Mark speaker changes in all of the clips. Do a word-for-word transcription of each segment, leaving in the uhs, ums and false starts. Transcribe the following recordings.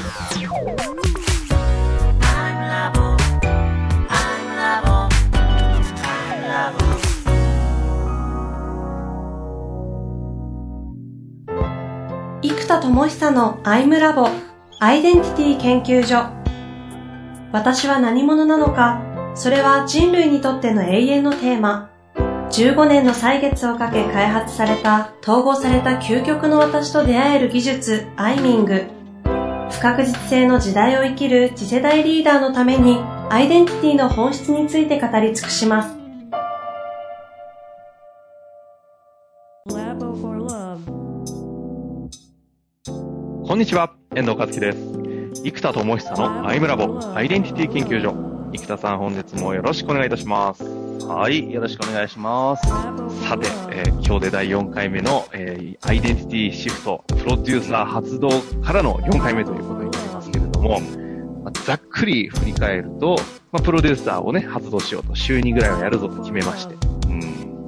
Speaker 1: 生田智久のアイムラボアイデンティティ研究所。私は何者なのか、それは人類にとっての永遠のテーマ。じゅうごねんの歳月をかけ開発された統合された究極の私と出会える技術アイミング。不確実性の時代を生きる次世代リーダーのためにアイデンティティの本質について語り尽くします。
Speaker 2: こんにちは、遠藤和樹です。生田智久のアイムラボアイデンティティ研究所。生田さん、本日もよろしくお願いいたします。
Speaker 3: はい、よろしくお願いします。
Speaker 2: さて、えー、今日でだいよんかいめの、えー、アイデンティティシフトプロデューサー発動からのよんかいめということになりますけれども、まあ、ざっくり振り返ると、まあ、プロデューサーをね発動しようと週にぐらいはやるぞと決めまして、うん、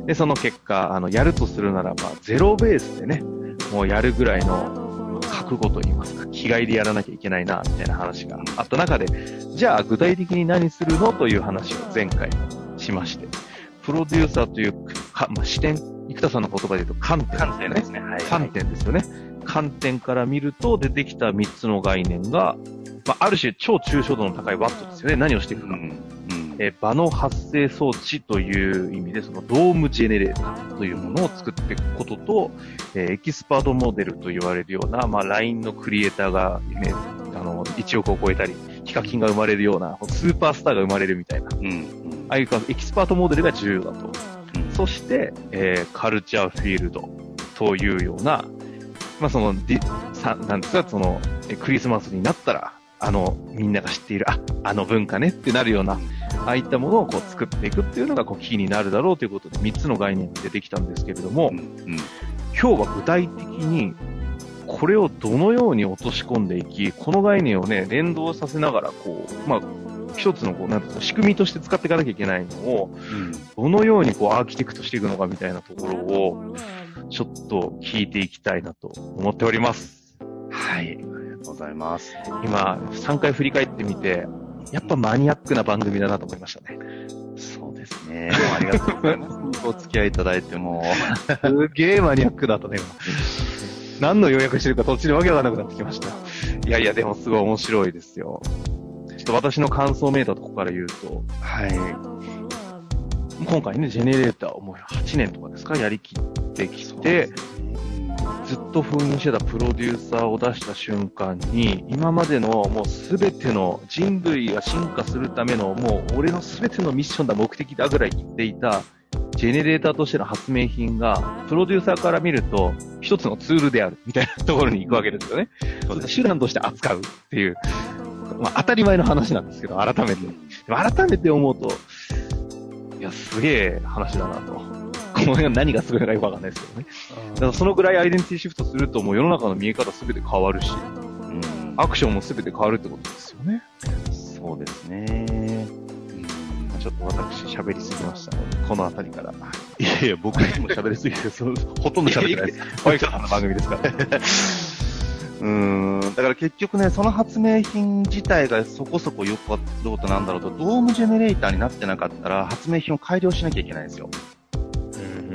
Speaker 2: でその結果あのやるとするならばゼロベースでねもうやるぐらいの覚悟といいますか気概でやらなきゃいけないなみたいな話があった中で、じゃあ具体的に何するのという話を前回しまして、プロデューサーというか、まあ、視点、生田さんの言葉で言うと観点、ね、
Speaker 3: 観点ですね、はい、
Speaker 2: 観点ですよね。観点から見ると出てきたみっつの概念が、まあ、ある種超抽象度の高いワットですよね。何をしていくか、うんうん、え場の発生装置という意味でそのドームジェネレーターというものを作っていくことと、えー、エキスパートモデルと言われるような、まあ、ライン のクリエイターが、ね、あのいちおくを超えたりヒカキンが生まれるようなスーパースターが生まれるみたいな、うん、ああいうエキスパートモデルが重要だと、うん、そして、えー、カルチャーフィールドというような、まあ、そのディさなんですかそのクリスマスになったらあのみんなが知っているああの文化ねってなるようなああいったものをこう作っていくっていうのがこうキーになるだろうということでみっつの概念が出てきたんですけれども、うんうん、今日は具体的にこれをどのように落とし込んでいき、この概念をね連動させながらこうまあ一つのこうなんていうか仕組みとして使っていかなきゃいけないのを、うん、どのようにこうアーキテクトしていくのかみたいなところをちょっと聞いていきたいなと思っております。
Speaker 3: はい、ありがとうございます。
Speaker 2: 今さんかい振り返ってみて。やっぱマニアックな番組だなと思いましたね。
Speaker 3: そうですね。ありがとうございます。お付き合いいただいても。
Speaker 2: すげえマニアックだとね、今。何の予約してるか途中でわけわかんなくなってきました。いやいや、でもすごい面白いですよ。ちょっと私の感想メーターとここから言うと、はい。今回ね、ジェネレーターをもうはちねんとかですか、やりきってきて、ずっと封印してたプロデューサーを出した瞬間に今までのもうすべての人類が進化するためのもう俺のすべてのミッションだ目的だぐらい言っていたジェネレーターとしての発明品がプロデューサーから見ると一つのツールであるみたいなところに行くわけですよね。そう手段として扱うっていう、まあ、当たり前の話なんですけど改めてでも改めて思うといやすげえ話だなと。この辺が何がすごいのかよくわかんないですけどね。だからそのぐらいアイデンティティシフトするともう世の中の見え方すべて変わるし、うん、アクションもすべて変わるってことですよね。
Speaker 3: そうですね。
Speaker 2: うん、ちょっと私喋りすぎましたので、このあたりから。いやいや、僕にも喋りすぎて、そのほとんど喋ってないです。ワイカさんの番組ですから。
Speaker 3: うーん、だから結局ね、その発明品自体がそこそこよかろうとなんだろうと、ドームジェネレーターになってなかったら発明品を改良しなきゃいけないんですよ。うん、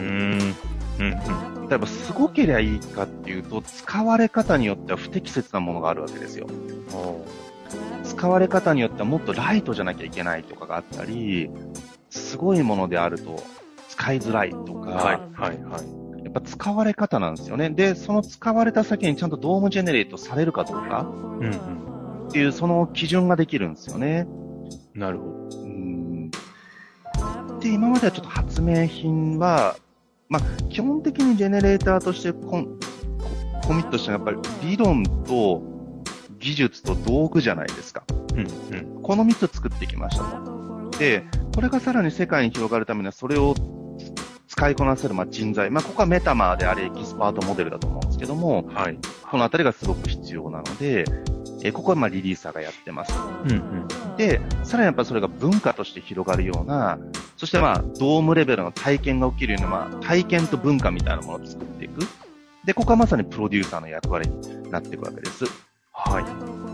Speaker 3: うん、例えばすごければいいかっていうと使われ方によっては不適切なものがあるわけですよ。使われ方によってはもっとライトじゃなきゃいけないとかがあったり、すごいものであると使いづらいとか、はいはいはい、やっぱ使われ方なんですよね。で、その使われた先にちゃんとドームジェネレートされるかどうか、うんうん、っていうその基準ができるんですよね。
Speaker 2: なるほど。
Speaker 3: うん、で、今まではちょっと発明品はまあ、基本的にジェネレーターとしてコン、コミットしたのはやっぱり理論と技術と道具じゃないですか。うんうん、このみっつ作ってきましたと。で、これがさらに世界に広がるためにはそれを使いこなせるまあ人材。まあ、ここはメタマーでありエキスパートモデルだと思うんですけども、はい、このあたりがすごく必要なので、えここはまあリリーサーがやってます。うんうん、で、さらにやっぱりそれが文化として広がるような、そしてまあドームレベルの体験が起きるような、まあ、体験と文化みたいなものを作っていく。で、ここはまさにプロデューサーの役割になっていくわけです。はい。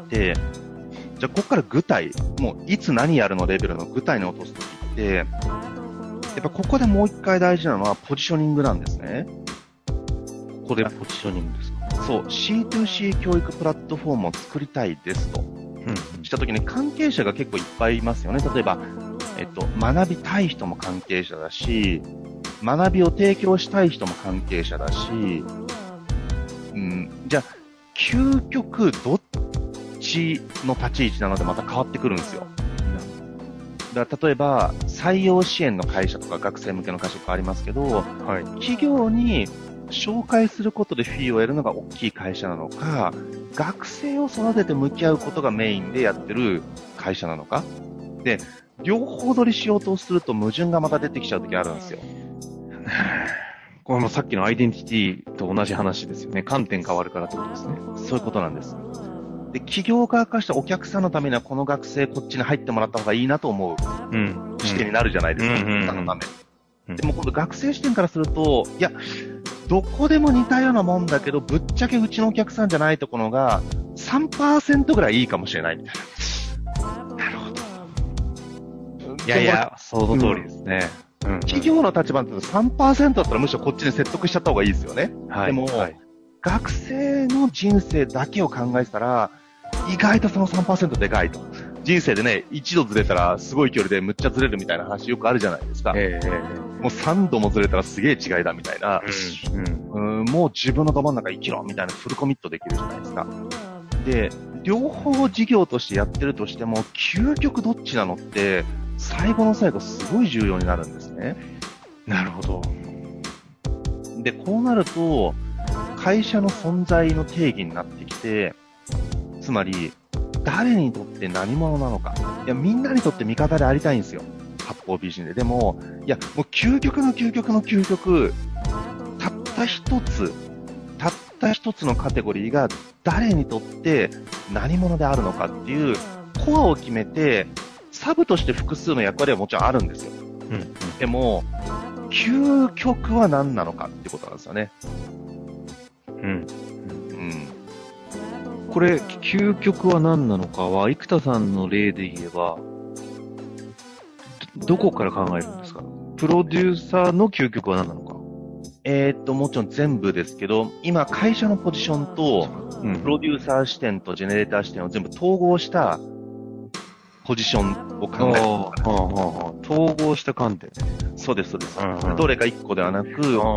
Speaker 3: て、じゃあここから具体、もういつ何やるのレベルの具体に落とすときって、やっぱここでもう一回大事なのはポジショニングなんですね。
Speaker 2: ここでポジショニングですか？
Speaker 3: そう、シーツーシー 教育プラットフォームを作りたいですと。うん、したときに関係者が結構いっぱいいますよね。例えば、えっと、学びたい人も関係者だし、学びを提供したい人も関係者だし、うん、じゃあ、究極どっちの立ち位置なのでまた変わってくるんですよ。だから例えば、採用支援の会社とか学生向けの会社とかありますけど、はい、企業に紹介することでフィーを得るのが大きい会社なのか、学生を育てて向き合うことがメインでやってる会社なのか。で、両方取りしようとすると矛盾がまた出てきちゃうときあるんですよ。
Speaker 2: これもさっきのアイデンティティと同じ話ですよね。観点変わるからってことですね。
Speaker 3: そういうことなんです。で、企業側からしたお客さんのためにはこの学生こっちに入ってもらった方がいいなと思う視点になるじゃないですか。お客さんのため。うん、でも今度学生視点からすると、いや、どこでも似たようなもんだけど、ぶっちゃけうちのお客さんじゃないところが さんパーセント ぐらいいいかもしれないみたいな。なるほど。
Speaker 2: いやいや、その通りですね。
Speaker 3: うんうん、企業の立場だと さんパーセント だったらむしろこっちに説得しちゃった方がいいですよね。はい、でも、はい、学生の人生だけを考えてたら、意外とその さんパーセント でかいと。人生でね、一度ずれたらすごい距離でむっちゃずれるみたいな話よくあるじゃないですか。えー、もうさんどもずれたらすげえ違いだみたいな、うんうん、もう自分のど真ん中生きろみたいなフルコミットできるじゃないですか。で、両方事業としてやってるとしても、究極どっちなのって、最後の最後すごい重要になるんですね。
Speaker 2: なるほど。
Speaker 3: で、こうなると、会社の存在の定義になってきて、つまり、誰にとって何者なのか。いや、みんなにとって味方でありたいんですよ。八方美人で。でも、いや、もう究極の究極の究極、たった一つ、たった一つのカテゴリーが誰にとって何者であるのかっていうコアを決めて、サブとして複数の役割はもちろんあるんですよ。うん、でも、究極は何なのかってことなんですよね。
Speaker 2: うん。うん。これ、究極は何なのかは、生田さんの例で言えば、ど、どこから考えるんですか？プロデューサーの究極は何なのか？
Speaker 3: えーっと、もちろん全部ですけど、今、会社のポジションと、うん、プロデューサー視点とジェネレーター視点を全部統合したポジションを考える。
Speaker 2: 統合した観点。
Speaker 3: そうです、そうです。うんうん、どれか一個ではなく、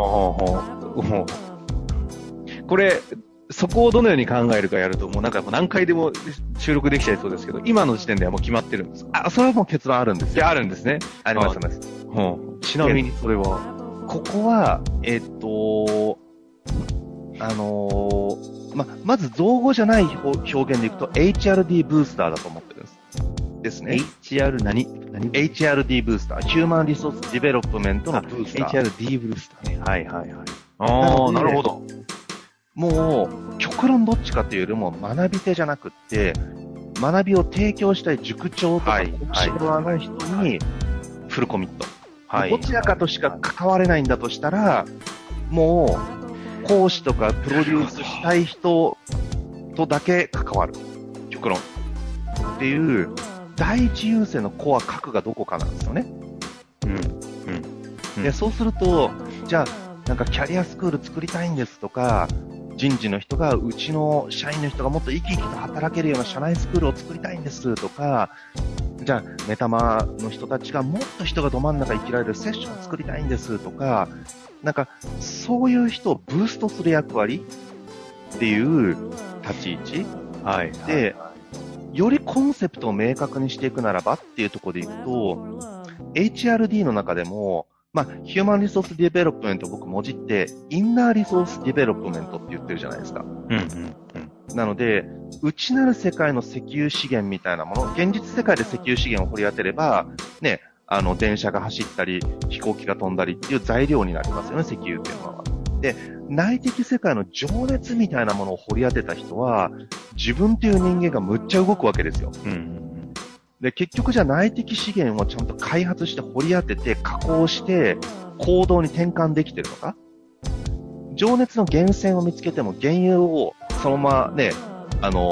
Speaker 2: これ、そこをどのように考えるかやると、もうなんかもう何回でも収録できちゃいそうですけど、今の時点ではもう決まってるんですか？
Speaker 3: あ、それはもう結論あるんですよ。
Speaker 2: いや、あるんですね。
Speaker 3: あります、あります。
Speaker 2: うん。ちなみにそれは
Speaker 3: ここは、えっと、あのー、ま、まず造語じゃない表現でいくと エイチアールディー ブースターだと思ってるんです。ですね。
Speaker 2: エイチアール 何
Speaker 3: 何 エイチアールディー ブースター。ヒューマンリソースディベロップメントのブースター。
Speaker 2: エイチアールディー ブースターね。
Speaker 3: はいはいはい。
Speaker 2: ああ、なるほど。
Speaker 3: もう、極論どっちかというよりも学び手じゃなくって、学びを提供したい塾長とか講師側の人にフルコミット。はい、どちらかとしか関われないんだとしたら、もう、講師とかプロデュースしたい人とだけ関わる。極論。っていう、第一優先のコア核がどこかなんですよね。うん。うん。うん、で、そうすると、じゃあ、なんかキャリアスクール作りたいんですとか、人事の人が、うちの社員の人がもっと生き生きと働けるような社内スクールを作りたいんですとか、じゃあ、メタマの人たちがもっと人がど真ん中生きられるセッションを作りたいんですとか、なんか、そういう人をブーストする役割っていう立ち位置。はい。で、よりコンセプトを明確にしていくならばっていうところでいくと、エイチアールディー の中でも、まあ、ヒューマンリソースディベロップメントを僕もじって、インナーリソースディベロップメントって言ってるじゃないですか。うんうんうん、なので、内なる世界の石油資源みたいなもの、現実世界で石油資源を掘り当てれば、ね、あの、電車が走ったり、飛行機が飛んだりっていう材料になりますよね、石油っていうのは。で、内的世界の情熱みたいなものを掘り当てた人は、自分という人間がむっちゃ動くわけですよ。うん、で、結局じゃあ内的資源をちゃんと開発して掘り当てて、加工して、行動に転換できてるのか？情熱の源泉を見つけても原油をそのままね、あの、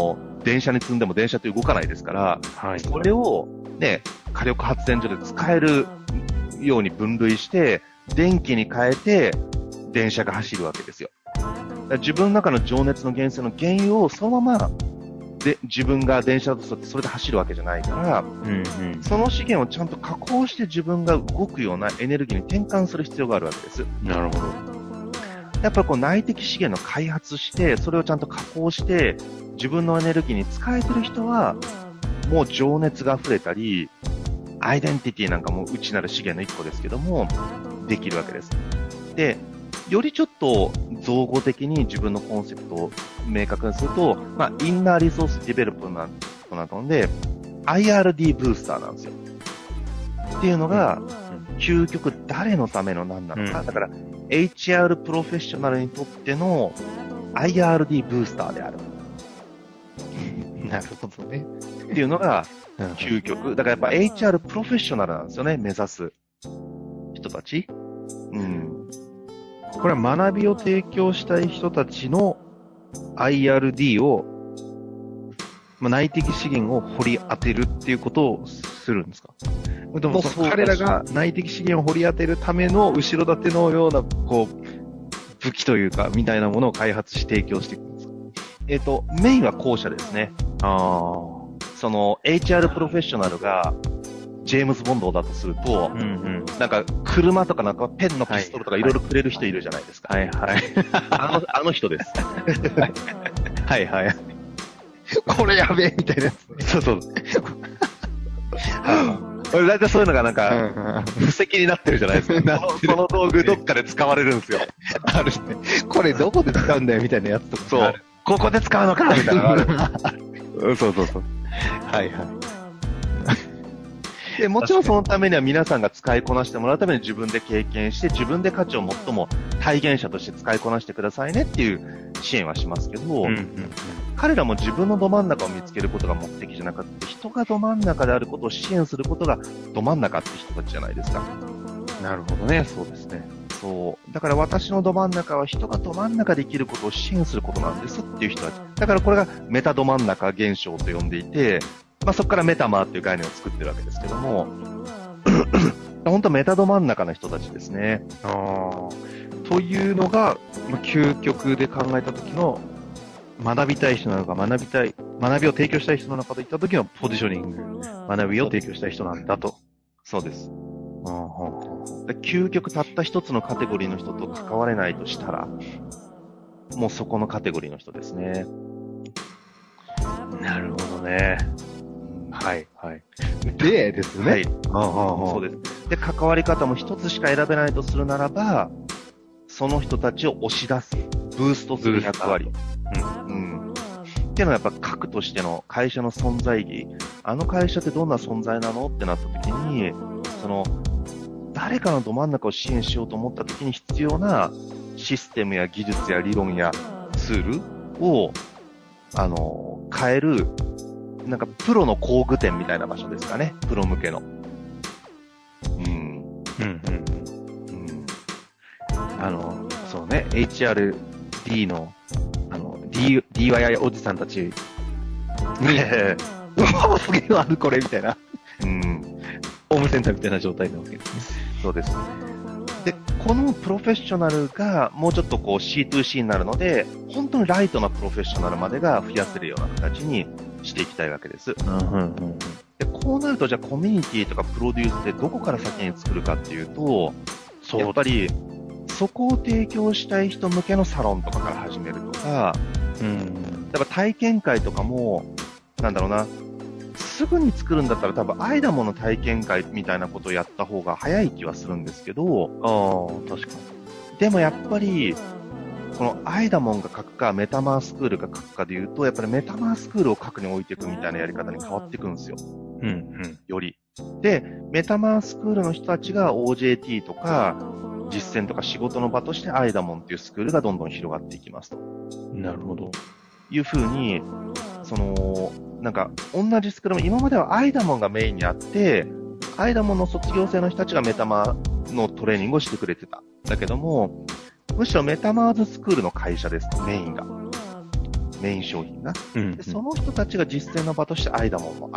Speaker 3: 電車に積んでも電車って動かないですから、はい、それをね、火力発電所で使えるように分類して、電気に変えて電車が走るわけですよ。だから自分の中の情熱の源泉の原油をそのままで自分が電車だとしてそれで走るわけじゃないから、うんうん、その資源をちゃんと加工して自分が動くようなエネルギーに転換する必要があるわけです。
Speaker 2: なるほど。
Speaker 3: やっぱりこう内的資源の開発して、それをちゃんと加工して自分のエネルギーに使えてる人はもう情熱が溢れたり、アイデンティティなんかも内なる資源の一個ですけども、できるわけです。で、よりちょっと造語的に自分のコンセプトを明確にすると、まあ、インナーリソースディベロップメントなので、アイアールディー ブースターなんですよ。っていうのが、究極誰のための何なのか。だから、エイチアール プロフェッショナルにとっての アイアールディー ブースターである。
Speaker 2: なるほどね。
Speaker 3: っていうのが、究極。だからやっぱ エイチアール プロフェッショナルなんですよね、目指す人たち。うん。
Speaker 2: これは学びを提供したい人たちの アイアールディー を、まあ、内的資源を掘り当てるっていうことをするんですか？でもその彼らが内的資源を掘り当てるための後ろ盾のような、こう、武器というか、みたいなものを開発し提供していくんですか？
Speaker 3: えっと、メインは後者ですね。ああ。その エイチアール プロフェッショナルが、ジェームズ・ボンドだとすると、うんうん、なんか車とかなんかペンのピストルとかいろいろくれる人いるじゃないですか。
Speaker 2: はいはい。
Speaker 3: あの、あの人です。
Speaker 2: はいはい。これやべえみたいなやつ、ね。
Speaker 3: そうそう。俺大体そういうのがなんか、布石になってるじゃないですか。この、この道具どっかで使われるんですよ。
Speaker 2: あるね。これどこで使うんだよみたいなやつとか。
Speaker 3: そう。ここで使うのかみたいなのある。そうそうそう。
Speaker 2: はいはい。
Speaker 3: で、もちろんそのためには皆さんが使いこなしてもらうために自分で経験して自分で価値を最も体現者として使いこなしてくださいねっていう支援はしますけど、うんうんうん、彼らも自分のど真ん中を見つけることが目的じゃなくて、人がど真ん中であることを支援することがど真ん中って人たちじゃないですか。
Speaker 2: なるほどね、そうですね。
Speaker 3: そう。だから私のど真ん中は人がど真ん中で生きることを支援することなんですっていう人たち。だからこれがメタど真ん中現象と呼んでいて、まあ、そこからメタマーっていう概念を作ってるわけですけども、本当メタど真ん中の人たちですね。
Speaker 2: あというのが、まあ、究極で考えた時の学びたい人なのか、学びたい、学びを提供したい人なのかといった時のポジショニング、学びを提供したい人なんだと。
Speaker 3: そうです。あで究極たった一つのカテゴリーの人と関われないとしたら、もうそこのカテゴリーの人ですね。
Speaker 2: なるほどね。はい、はい。でですね。はい。
Speaker 3: ああそうです。で、関わり方も一つしか選べないとするならば、その人たちを押し出す、ブーストする役割。うん。うん。っていうのはやっぱ核としての会社の存在意義。あの会社ってどんな存在なのってなった時に、その、誰かのど真ん中を支援しようと思った時に必要なシステムや技術や理論やツールを、あの、変える、なんかプロの工具店みたいな場所ですかね。プロ向けの。うん。うん、うん、うん。
Speaker 2: あの、そうね、エイチアールディー の、あの、D、ディーワイアイ おじさんたちに、うわ、すげえあるこれ、みたいな。うん。ホームセンターみたいな状態なわけですね。
Speaker 3: そうです。で、このプロフェッショナルがもうちょっとこう シーツーシー になるので、本当にライトなプロフェッショナルまでが増やせるような形にしていきたいわけです。うんうんうん、でこうなると、じゃあコミュニティとかプロデュースってどこから先に作るかっていうと、そうやっぱりそこを提供したい人向けのサロンとかから始めるとか、うん、やっぱ体験会とかも、なんだろうな、すぐに作るんだったら多分アイダモンの体験会みたいなことをやった方が早い気はするんですけど、あ確かに。でもやっぱり、このアイダモンが書くかメタマースクールが書くかで言うと、やっぱりメタマースクールを書くに置いていくみたいなやり方に変わっていくんですよ。うんうん。より。で、メタマースクールの人たちが オージェーティー とか実践とか仕事の場としてアイダモンっていうスクールがどんどん広がっていきますと。
Speaker 2: なるほど。
Speaker 3: いうふうに、その、なんか、同じスクールも今まではアイダモンがメインにあって、アイダモンの卒業生の人たちがメタマーのトレーニングをしてくれてた。だけども、むしろメタマーズスクールの会社ですと、メインが。 メイン商品が。
Speaker 2: うんうん、
Speaker 3: でその人たちが実践の場としてアイダモンもあって、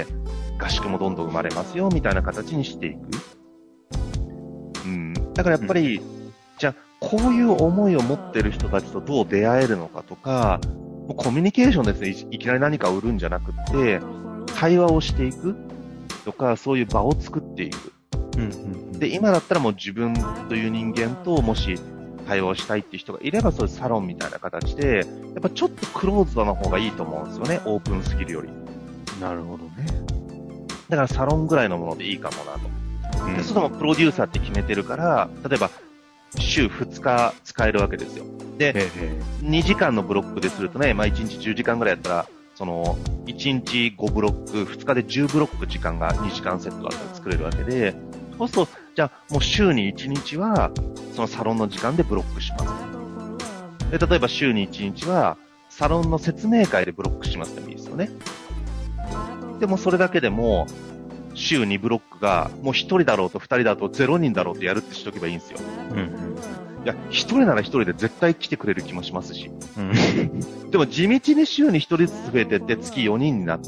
Speaker 3: 合宿もどんどん生まれますよ、みたいな形にしていく。うん。だからやっぱり、うん、じゃあ、こういう思いを持ってる人たちとどう出会えるのかとか、もうコミュニケーションですね。いきなり何かを売るんじゃなくて、対話をしていくとか、そういう場を作っていく。うんうん、で、今だったらもう自分という人間と、もし対話をしたいっていう人がいれば、そういうサロンみたいな形で、やっぱちょっとクローズドな方がいいと思うんですよね。オープンすぎるより。
Speaker 2: なるほどね。
Speaker 3: だからサロンぐらいのものでいいかもなと。うん、で、それもプロデューサーって決めてるから、例えば、週ふつか使えるわけですよ。で、へへにじかんのブロックでするとね、まあいちにちじゅうじかんぐらいやったら、その、いちにちごブロック、ふつかでじゅうブロック時間がにじかんセットだったら作れるわけで、そうすると、じゃあもう週にいちにちは、そのサロンの時間でブロックします。で、例えば週にいちにちは、サロンの説明会でブロックしますでもいいですよね。でもそれだけでも、週にブロックが、もうひとりだろうとふたりだとゼロにんだろうとやるってしとけばいいんですよ。うんうん、いや、ひとりならひとりで絶対来てくれる気もしますし。うん、でも地道に週にひとりずつ増えてって月よにんになって、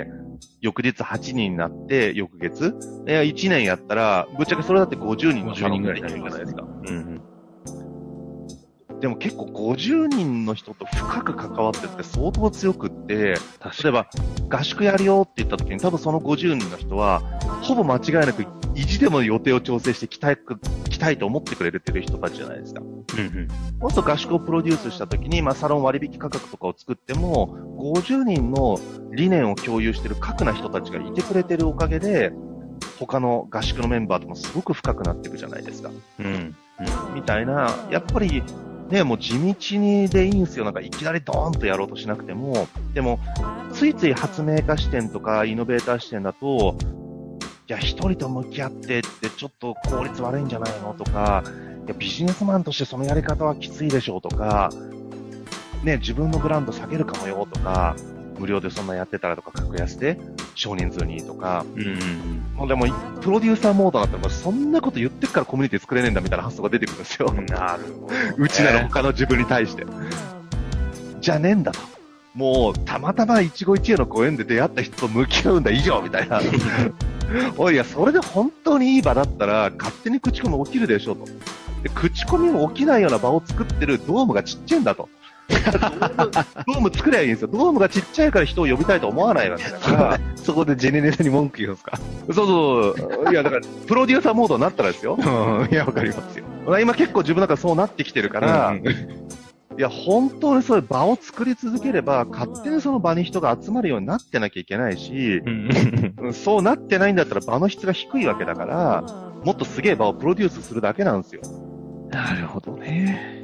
Speaker 3: 翌日はちにんになって、翌月いや、いちねんやったら、ぶっちゃけそれだってごじゅうにんのサロンぐらいになるじゃないですか。うんうん、でも結構ごじゅうにんの人と深く関わってって相当強くって、例えば合宿やるよって言った時に多分そのごじゅうにんの人は、ほぼ間違いなく意地でも予定を調整して来たい、来たいと思ってくれるっていう人たちじゃないですか。うんうん。もっと合宿をプロデュースした時に、まあサロン割引価格とかを作っても、ごじゅうにんの理念を共有している核な人たちがいてくれてるおかげで、他の合宿のメンバーともすごく深くなっていくじゃないですか。うん。うん、みたいな、やっぱり、ね、もう地道にでいいんですよ。なんかいきなりドーンとやろうとしなくても。でも、ついつい発明家視点とかイノベーター視点だと、いや、一人と向き合ってってちょっと効率悪いんじゃないのとか、いや、ビジネスマンとしてそのやり方はきついでしょうとか、ね、自分のブランド下げるかもよとか、無料でそんなやってたらとか、格安で少人数にとか、うんうん、もうでも、プロデューサーモードになったら、そんなこと言ってっからコミュニティ作れねえんだみたいな発想が出てくるんですよ。なるほど、ね。うちなら他の自分に対して。じゃねえんだと。もう、たまたま一期一会のご縁で出会った人と向き合うんだ以上みたいな。おいや、それで本当にいい場だったら、勝手に口コミ起きるでしょと。で、口コミも起きないような場を作ってるドームがちっちゃいんだと。ドーム作りゃいいんですよ。ドームがちっちゃいから人を呼びたいと思わないわけだから。
Speaker 2: そこでジェネレーターに文句言うんですか？
Speaker 3: そうそう。いや、だから、プロデューサーモードになったらですよ。
Speaker 2: うん、いや、わかりますよ。
Speaker 3: 今結構自分なんかそうなってきてるから、うん、いや、本当にそういう場を作り続ければ、勝手にその場に人が集まるようになってなきゃいけないし、うん、そうなってないんだったら場の質が低いわけだから、もっとすげえ場をプロデュースするだけなんですよ。
Speaker 2: なるほどね。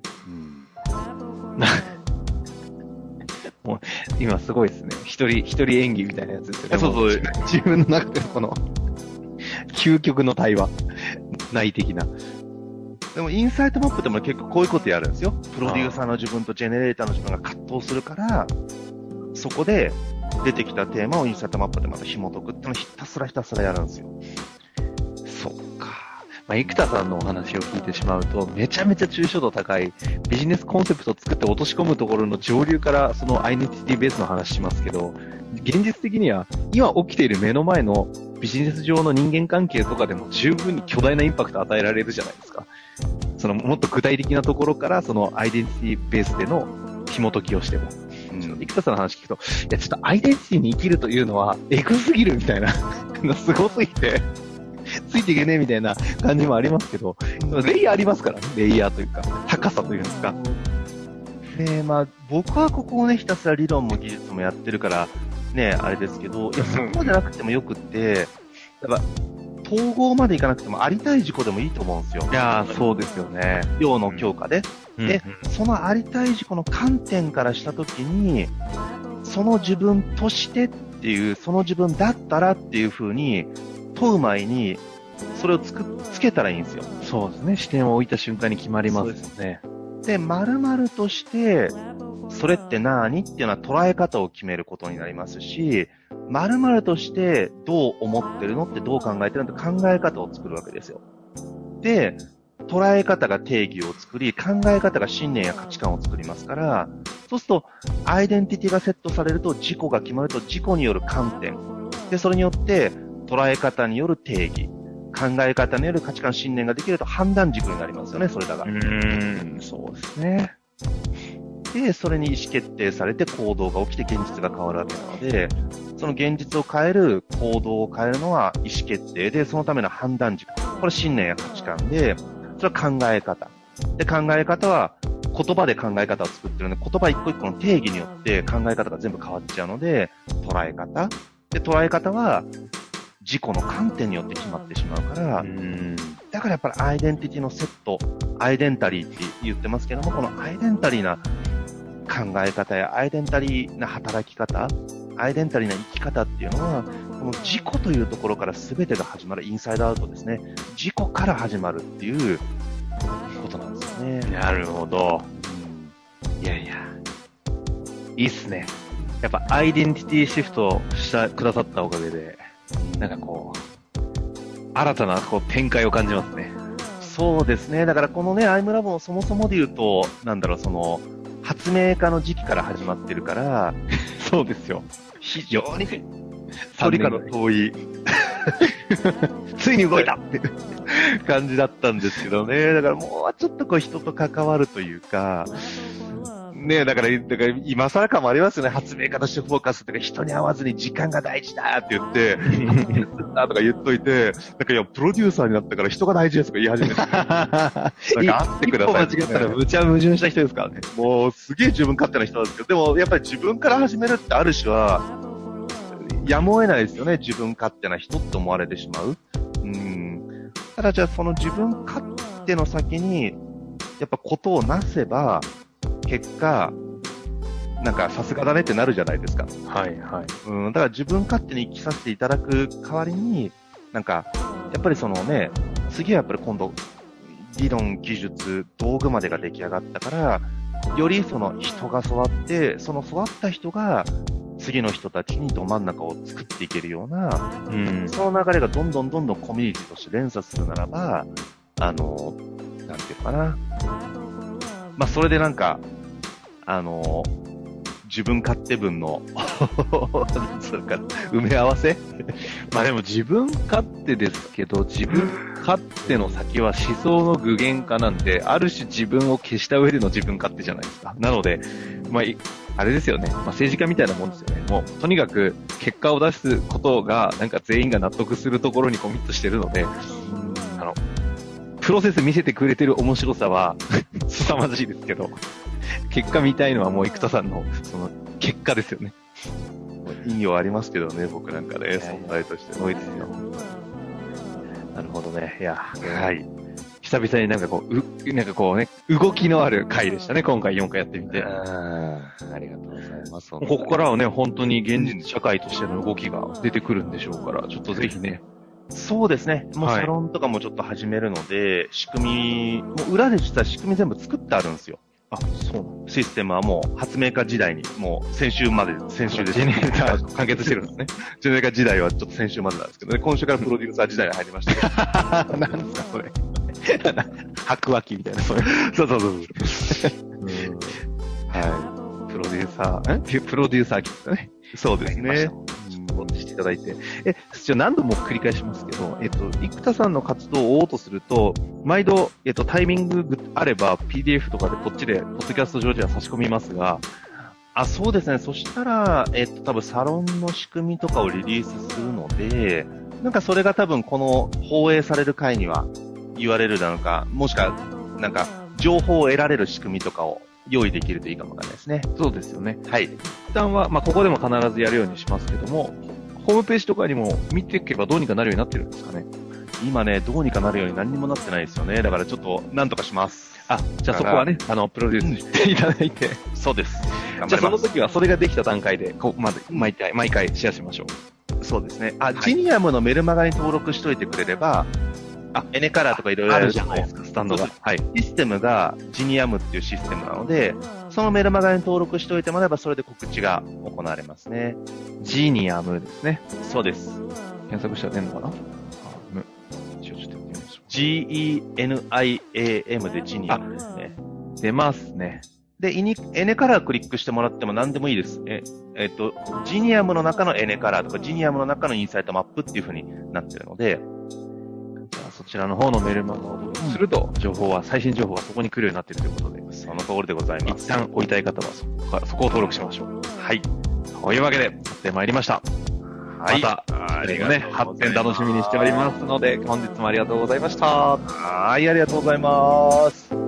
Speaker 2: もう今すごいですね。一人、一人演技みたいなやつですよね。
Speaker 3: そうそう。
Speaker 2: 自分の中でこの、究極の対話。内的な。
Speaker 3: でもインサイトマップでも結構こういうことやるんですよ。プロデューサーの自分とジェネレーターの自分が葛藤するから、そこで出てきたテーマをインサイトマップでまた紐解くっていうのをひたすらひたすらやるんですよ。
Speaker 2: そうか。まあ、生田さんのお話を聞いてしまうと、めちゃめちゃ抽象度高いビジネスコンセプトを作って落とし込むところの上流からそのアイデンティティベースの話しますけど、現実的には今起きている目の前のビジネス上の人間関係とかでも十分に巨大なインパクトを与えられるじゃないですか。そのもっと具体的なところからそのアイデンティティベースでの紐解きをしても。うん、生田さんの話聞くと、いやちょっとアイデンティティに生きるというのはエグすぎるみたいな、すごすぎて。ついていけねえみたいな感じもありますけど、レイヤーありますからね、レイヤーというか、高さというんですか。
Speaker 3: で、まあ、僕はここをね、ひたすら理論も技術もやってるから、ね、あれですけど、いや、そこじゃなくてもよくって、やっぱ、統合までいかなくてもありたい事故でもいいと思うんですよ。
Speaker 2: いやー、そうですよね。
Speaker 3: 量の強化で。
Speaker 2: うん、
Speaker 3: で、
Speaker 2: うん、
Speaker 3: そのありたい事故の観点からしたときに、その自分としてっていう、その自分だったらっていう風に、問う前に、それをつく、つけたらいいんですよ。
Speaker 2: そうですね。視点を置いた瞬間に決まりますよね。
Speaker 3: で、丸々として、それって何っていうのは捉え方を決めることになりますし、丸々としてどう思ってるのってどう考えてるのって考え方を作るわけですよ。で、捉え方が定義を作り、考え方が信念や価値観を作りますから、 そうすると、アイデンティティがセットされると、自己が決まると、自己による観点。で、それによって、捉え方による定義。考え方による価値観、信念ができると判断軸になりますよね、それだが。
Speaker 2: うーん、そうですね。
Speaker 3: で、それに意思決定されて行動が起きて現実が変わるわけなので、その現実を変える、行動を変えるのは意思決定で、そのための判断軸。これ信念や価値観で、それは考え方。で、考え方は言葉で考え方を作ってるので、言葉一個一個の定義によって考え方が全部変わっちゃうので、捉え方。で、捉え方は自己の観点によって決まってしまうから、
Speaker 2: うん
Speaker 3: だからやっぱりアイデンティティのセット、アイデンタリーって言ってますけども、このアイデンタリーな考え方やアイデンタリーな働き方、アイデンタリーな生き方っていうのは、この自己というところから全てが始まる、インサイドアウトですね。自己から始まるっていうことなんですよね。
Speaker 2: なるほど。いやいや、いいっすね。やっぱアイデンティティシフトしたくださったおかげで、なんかこう、新たなこう展開を感じますね。
Speaker 3: そうですね。だからこのね、アイムラボもそもそもで言うと、なんだろう、その、発明家の時期から始まってるから、
Speaker 2: そうですよ。
Speaker 3: 非常に距離感の遠い、ついに動いたって感じだったんですけどね。だからもうちょっとこう人と関わるというか、ねえ、だから、だから今更感もありますよね。発明家としてフォーカスとか人に合わずに時間が大事だって言って、だとか言っといて、なんかいや、プロデューサーになったから人が大事ですとか言い始めて。なんか会ってください、ね。
Speaker 2: 一歩間違ったらむちゃ矛盾した人ですからね。
Speaker 3: もうすげえ自分勝手な人なんですけど、でもやっぱり自分から始めるってある種は、やむを得ないですよね。自分勝手な人って思われてしまう。うん。ただじゃあその自分勝手の先に、やっぱことをなせば、結果、なんかさすがだねってなるじゃないですか。
Speaker 2: はいはい。
Speaker 3: うん。だから自分勝手に生きさせていただく代わりに、なんか、やっぱりそのね、次はやっぱり今度、理論、技術、道具までが出来上がったから、よりその人が育って、その育った人が、次の人たちにど真ん中を作っていけるような、
Speaker 2: うん、
Speaker 3: その流れがどんどんどんどんコミュニティとして連鎖するならば、あの、なんていうのかな。まあ、それでなんか、あの、自分勝手分の、それか、埋め合わせ
Speaker 2: まあでも自分勝手ですけど、自分勝手の先は思想の具現化なんで、ある種自分を消した上での自分勝手じゃないですか。なので、まあ、あれですよね。まあ、政治家みたいなもんですよね。もう、とにかく結果を出すことが、なんか全員が納得するところにコミットしてるので、あの、プロセス見せてくれてる面白さは、凄まじいですけど、結果見たいのはもう生田さんの、その、結果ですよね。
Speaker 3: 意味はありますけどね、僕なんかね、存在として
Speaker 2: すごいですよ。なるほどね。いや、はい。久々になんかこう、う、なんかこうね、動きのある回でしたね、今回よんかいやってみて。
Speaker 3: あありがとうございます。
Speaker 2: ここからはね、本当に現実社会としての動きが出てくるんでしょうから、ちょっとぜひね。
Speaker 3: そうですね。もうサロンとかもちょっと始めるので、はい、仕組み、もう裏で実は仕組み全部作ってあるんですよ。
Speaker 2: あ、そうなん
Speaker 3: システムはもう発明家時代に、もう先週まで、先週です。
Speaker 2: ジェネレーター完結してるんですね。
Speaker 3: ジェネレーター時代はちょっと先週までなんですけどね、今週からプロデューサー時代に入りましたけど。
Speaker 2: なんですか、それ。白脇みたいな、それ。
Speaker 3: そうそうそう。
Speaker 2: はい。プロデューサー、えプロデューサー機ですかね。
Speaker 3: そうですね。
Speaker 2: ウォッチしていただいて。え、じゃあ何度も繰り返しますけど、えっと、生田さんの活動を追おうとすると、毎度、えっと、タイミングあれば ピーディーエフ とかでこっちで、ポッドキャスト上では差し込みますが、
Speaker 3: あ、そうですね。そしたら、えっと、多分サロンの仕組みとかをリリースするので、なんかそれが多分この放映される回には ユーアールエル なのか、もしくは、なんか、情報を得られる仕組みとかを用意できるといいかもわかんないですね。
Speaker 2: そうですよね。
Speaker 3: はい。
Speaker 2: 一旦は、まあ、ここでも必ずやるようにしますけども、ホームページとかにも見ていけばどうにかなるようになってるんですかね。
Speaker 3: 今ね、どうにかなるように何にもなってないですよね。だからちょっと、なんとかします。
Speaker 2: あ、じゃあそこはね、あの、プロデュースしていただいて。
Speaker 3: そうです。
Speaker 2: じゃあその時はそれができた段階で、こう、まず、毎回、毎回シェアしましょ
Speaker 3: う。そうですね。あ、はい、ジニアムのメルマガに登録しといてくれれば、あ、エネカラーとかいろいろあるじゃないですか、
Speaker 2: スタンドが。
Speaker 3: はい。システムがジニアムっていうシステムなので、そのメルマガに登録しておいてもらえば、それで告知が行われますね。
Speaker 2: ジニアムですね。
Speaker 3: そうです。
Speaker 2: 検索したら出るのかな？あ、む。ちょっとやってみましょう。
Speaker 3: ジーイーエヌアイエーエム でジニアムですね。
Speaker 2: 出ますね。
Speaker 3: で、イニ、エネカラークリックしてもらっても何でもいいです。え、えっと、ジニアムの中のエネカラーとか、ジニアムの中のインサイトマップっていう風になってるので、
Speaker 2: じゃあそちらの方のメルマガを登録すると、情報は、最新情報がそこに来るようになっているということで、
Speaker 3: その通りでございます。
Speaker 2: 一旦追いたい方はそこか、そこを登録しましょう。はい。というわけで、やってまいりました。はい。また、ありがとうございます。発展楽しみにしておりますので、本日もありがとうございました。
Speaker 3: はい、ありがとうございます。